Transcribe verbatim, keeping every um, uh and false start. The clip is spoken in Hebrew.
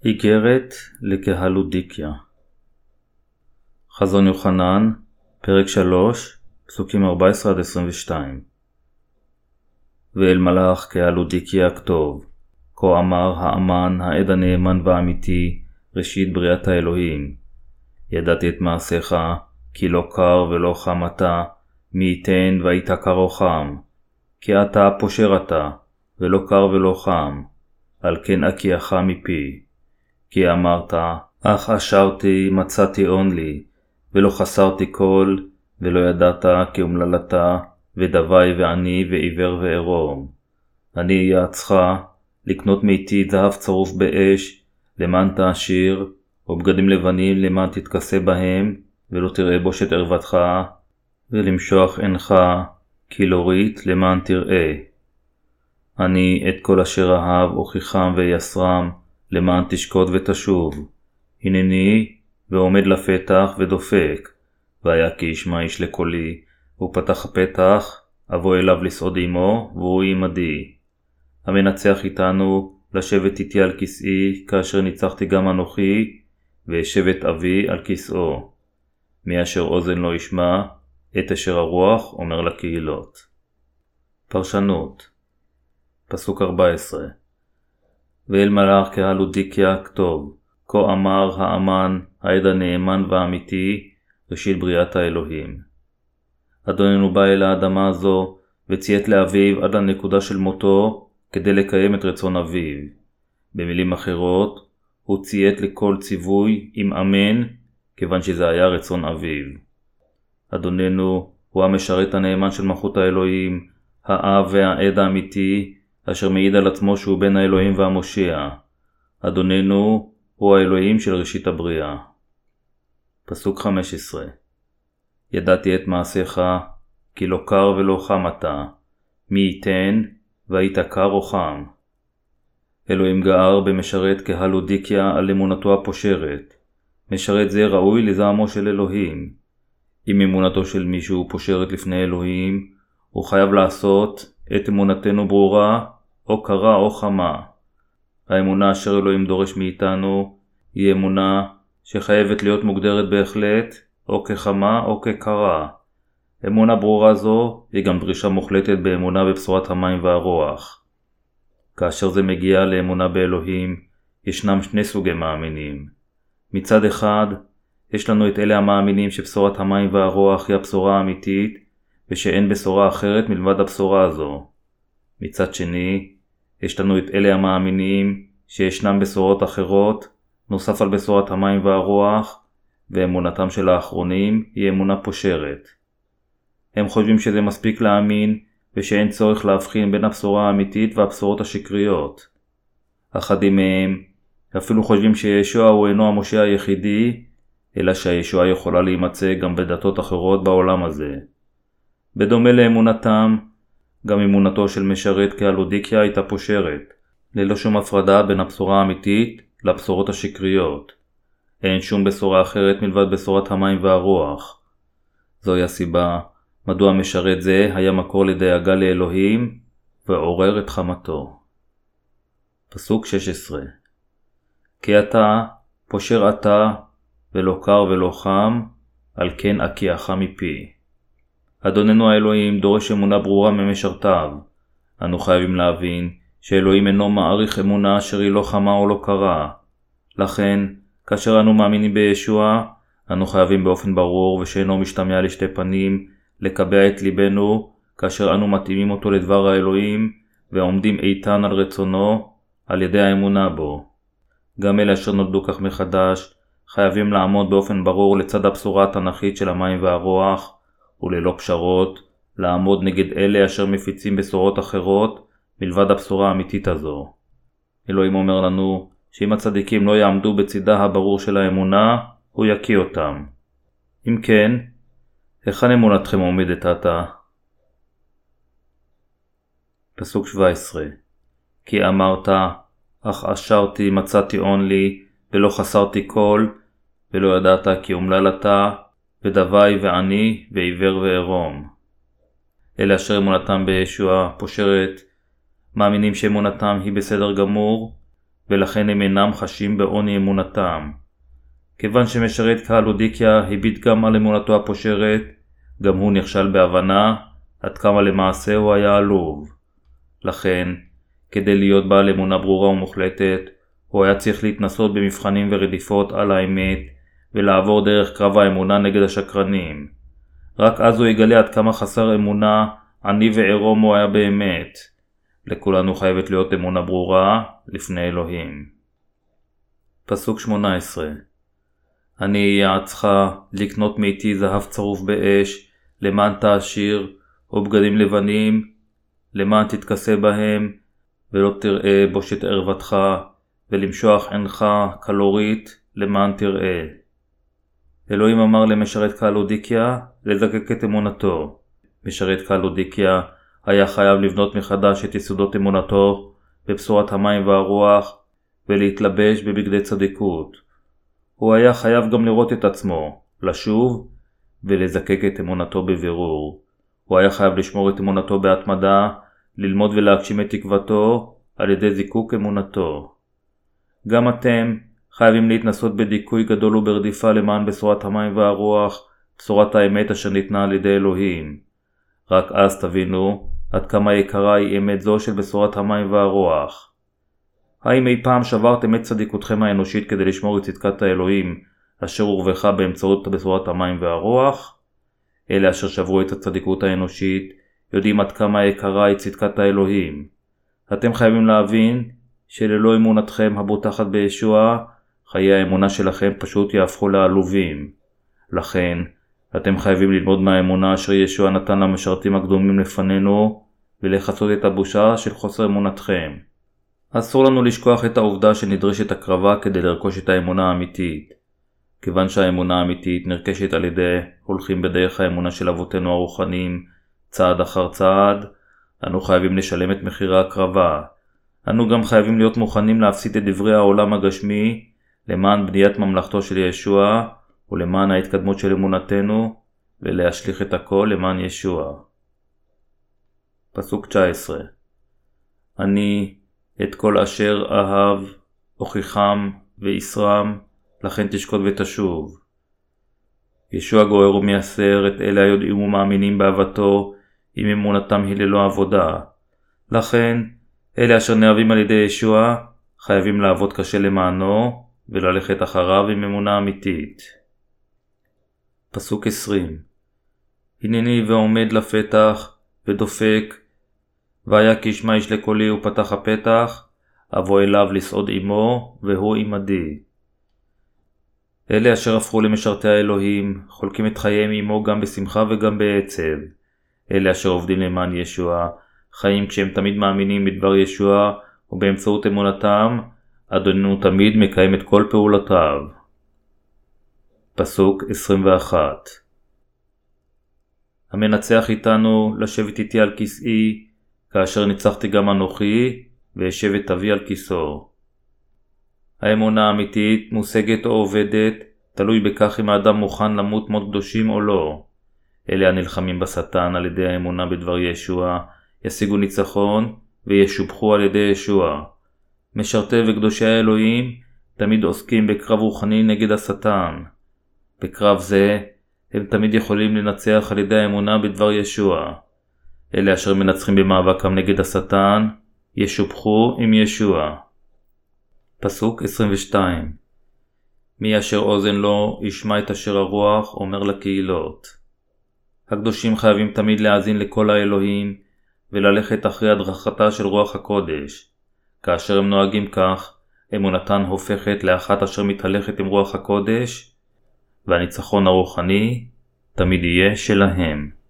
איגרת לקהלודיקיה. חזון יוחנן, פרק שלוש, פסוקים ארבע עשרה עד עשרים ושתיים. ואל מלאך קהלודיקיה כתוב, כה אמר האמן העד הנאמן והאמיתי, ראשית בריאת האלוהים. ידעתי את מעשיך, כי לא קר ולא חם אתה, מי ייתן והיית קר או חם. כי אתה פושר אתה, ולא קר ולא חם, על כן אקייך מפי. כי אמרת, אך אשרתי מצאתי און לי, ולא חסרתי קול, ולא ידעת כי אומללתה, ודווי ועני ועיוור וערום. אני יעצך לקנות מאיתי זהב צרוף באש, למען תעשיר, או בגדים לבנים למען תתכסה בהם, ולא תראה בושת ערוותך, ולמשוח עינך, כי להוריד למען תראה. אני את כל אשר אהב הוכיחם ויסרם, למען תשקוט ותשוב. הנני ועומד לפתח ודופק, והיה כי ישמע איש לקולי, הוא פתח הפתח, אבוא אליו לסעוד עמו, והוא עמדי. המנצח איתנו, לשבת איתי על כסאי, כאשר ניצחתי גם אנוכי, וישב את אבי על כסאו. מי אשר אוזן לא ישמע, את אשר הרוח אומר לקהילות. פרשנות פסוק ארבע עשרה. ואל מלאך קהלודיקיה כתוב, כה אמר האמן העד הנאמן והאמיתי, ראשית בריאת האלוהים. אדוננו בא אל האדמה הזו, וציית לאביו עד לנקודה של מותו, כדי לקיים את רצון אביו. במילים אחרות, הוא ציית לכל ציווי עם אמן, כיוון שזה היה רצון אביו. אדוננו הוא המשרת הנאמן של מלכות האלוהים, האב והעד האמיתי, אשר מעיד על עצמו שהוא בן האלוהים והמושיע. אדוננו הוא האלוהים של ראשית הבריאה. פסוק חמש עשרה. ידעתי את מעשיך, כי לא קר ולא חם אתה, מי ייתן והיית קר או חם. אלוהים גער במשרת קהלודיקיה על אמונתו הפושרת. משרת זה ראוי לזעמו של אלוהים. אם אמונתו של מישהו פושרת לפני אלוהים, הוא חייב לעשות את אמונתנו ברורה, או קרה או חמה. האמונה אשר אלוהים דורש מאיתנו, היא אמונה שחייבת להיות מוגדרת בהחלט, או כחמה או כקרה. אמונה ברורה זו היא גם דרישה מוחלטת באמונה בבשורת המים והרוח. כאשר זה מגיע לאמונה באלוהים, ישנם שני סוגי מאמינים. מצד אחד, יש לנו את אלה המאמינים שבשורת המים והרוח היא הבשורה האמיתית, ושאין בשורה אחרת מלבד הבשורה הזו. מצד שני, יש לנו את אלה המאמינים שישנם בשורות אחרות, נוסף על בשורת המים והרוח, ואמונתם של האחרונים היא אמונה פושרת. הם חושבים שזה מספיק להאמין, ושאין צורך להבחין בין הבשורה האמיתית והבשורות השקריות. אחדים מהם אפילו חושבים שישוע הוא אינו המושיע היחידי, אלא שהישועה יכולה להימצא גם בדתות אחרות בעולם הזה. בדומה לאמונתם, גם אמונתו של משרת קהלודיקיה הייתה פושרת, ללא שום הפרדה בין הבשורה האמיתית לבשורות השקריות. אין שום בשורה אחרת מלבד בשורת המים והרוח. זוהי הסיבה מדוע משרת זה היה מקור לדאגה לאלוהים ועורר את חמתו. פסוק שש עשרה. כי אתה פושר אתה, ולא קר ולא חם, על כן אקייך מפי. אדוננו האלוהים דורש אמונה ברורה ממשרתיו. אנו חייבים להבין שאלוהים אינו מעריך אמונה אשר היא לא חמה או לא קרה. לכן, כאשר אנו מאמינים בישוע, אנו חייבים באופן ברור ושאינו משתמע לשתי פנים, לקבע את ליבנו כאשר אנו מתאימים אותו לדבר האלוהים, ועומדים איתן על רצונו על ידי האמונה בו. גם אלה אשר נולדו כך מחדש, חייבים לעמוד באופן ברור לצד הבשורה התנ"כית של המים והרוח, וללא פשרות, לעמוד נגד אלה אשר מפיצים בשורות אחרות, מלבד הבשורה האמיתית הזו. אלוהים אומר לנו, שאם הצדיקים לא יעמדו בצידה הברור של האמונה, הוא יקיא אותם. אם כן, היכן אמונתכם עומדת עתה? פסוק שבע עשרה. כי אמרת, אך אשרתי מצאתי און לי, ולא חסרתי קול, ולא ידעת כי אומללתה, ודווי ועני ועיוור וערום. אלה אשר אמונתם בישוע פושרת, מאמינים שאמונתם היא בסדר גמור, ולכן הם אינם חשים בעוני אמונתם. כיוון שמשרת קהלודיקיה הביט גם על אמונתו הפושרת, גם הוא נכשל בהבנה עד כמה למעשה הוא היה עלוב. לכן, כדי להיות בעל אמונה ברורה ומוחלטת, הוא היה צריך להתנסות במבחנים ורדיפות על האמת, ולעבור דרך קרב האמונה נגד השקרנים. רק אז הוא יגלה עד כמה חסר אמונה, עני ועירום הוא היה באמת. לכולנו חייבת להיות אמונה ברורה לפני אלוהים. פסוק שמונה עשרה. אני אייעצך לקנות מאיתי זהב צרוף באש, למען תעשיר, או בגדים לבנים, למען תתכסה בהם, ולא תראה בושת ערוותך, ולמשוח עינך קלורית, למען תראה. אלוהים אמר למשרת קהלודיקיה לזקק את אמונתו. משרת קהלודיקיה היה חייב לבנות מחדש את יסודות אמונתו בבשורת המים והרוח, ולהתלבש בבגדי צדיקות. הוא היה חייב גם לראות את עצמו, לשוב ולזקק את אמונתו בבירור. הוא היה חייב לשמור את אמונתו בהתמדה, ללמוד ולהגשים את תקוותו על ידי זיקוק אמונתו. גם אתם חייבים להתנסות בדיכוי גדול וברדיפה למען בשורת המים והרוח, בשורת האמת אשר ניתנה על ידי אלוהים. רק אז תבינו עד כמה יקרה היא אמת זו של בשורת המים והרוח. האם אי פעם שברתם את צדיקותכם האנושית כדי לשמור את צדקת האלוהים אשר הורווחה באמצעות בשורת המים והרוח? אלה אשר שברו את הצדיקות האנושית יודעים עד כמה יקרה היא צדקת האלוהים. אתם חייבים להבין שללא אמונתכם הבוטחת בישוע, חיי האמונה שלכם פשוט יהפכו לעלובים. לכן, אתם חייבים ללמוד מהאמונה אשר ישוע נתן למשרתים הקדומים לפנינו, ולחצות את הבושה של חוסר אמונתכם. אסור לנו לשכוח את העובדה שנדרשת הקרבה כדי לרכוש את האמונה האמיתית. כיוון שהאמונה האמיתית נרכשת על ידי הולכים בדרך האמונה של אבותינו הרוחניים, צעד אחר צעד, אנו חייבים לשלם את מחיר ההקרבה. אנו גם חייבים להיות מוכנים להפסיד את דברי העולם הגשמי, למען בניית ממלכתו של ישוע, ולמען ההתקדמות של אמונתנו, ולהשליך את הכל למען ישוע. פסוק תשע עשרה. אני את כל אשר אהב, הוכיחם וישרם, לכן תשקוט ותשוב. ישוע גואר ומייסר את אלה היודעים ומאמינים באהבתו, אם אמונתם היא ללא עבודה. לכן, אלה אשר נאהבים על ידי ישוע, חייבים לעבוד קשה למענו, וללכת אחריו עם אמונה אמיתית. פסוק עשרים. הנני ועומד לפתח, ודופק, והיה כשמע איש לקולי ופתח הפתח, אבוא אליו לסעוד עמו, והוא עמדי. אלה אשר הפכו למשרתי האלוהים, חולקים את חייהם עמו גם בשמחה וגם בעצב. אלה אשר עובדים למען ישוע, חיים כשהם תמיד מאמינים בדבר ישוע, ובאמצעות אמונתם, אדוננו תמיד מקיים את כל פעולותיו. פסוק עשרים ואחת. המנצח איתנו לשבת איתי על כיסאי, כאשר ניצחתי גם אנוכי, וישב את אבי על כיסאו. האמונה האמיתית מושגת או עובדת, תלוי בכך אם האדם מוכן למות מות קדושים או לא. אלה הנלחמים בשטן על ידי האמונה בדבר ישוע, ישיגו ניצחון וישובחו על ידי ישוע. משרתי וקדושי האלוהים תמיד עוסקים בקרב רוחני נגד השטן. בקרב זה הם תמיד יכולים לנצח על ידי האמונה בדבר ישוע. אלה אשר מנצחים במאבקם נגד השטן ישובחו עם ישוע. פסוק עשרים ושתיים. מי אשר אוזן לו ישמע את אשר הרוח אומר לקהילות. הקדושים חייבים תמיד להאזין לכל האלוהים וללכת אחרי הדרכתה של רוח הקודש. כאשר הם נוהגים כך, אמונתן הופכת לאחת אשר מתהלכת עם רוח הקודש, והניצחון הרוחני תמיד יהיה שלהם.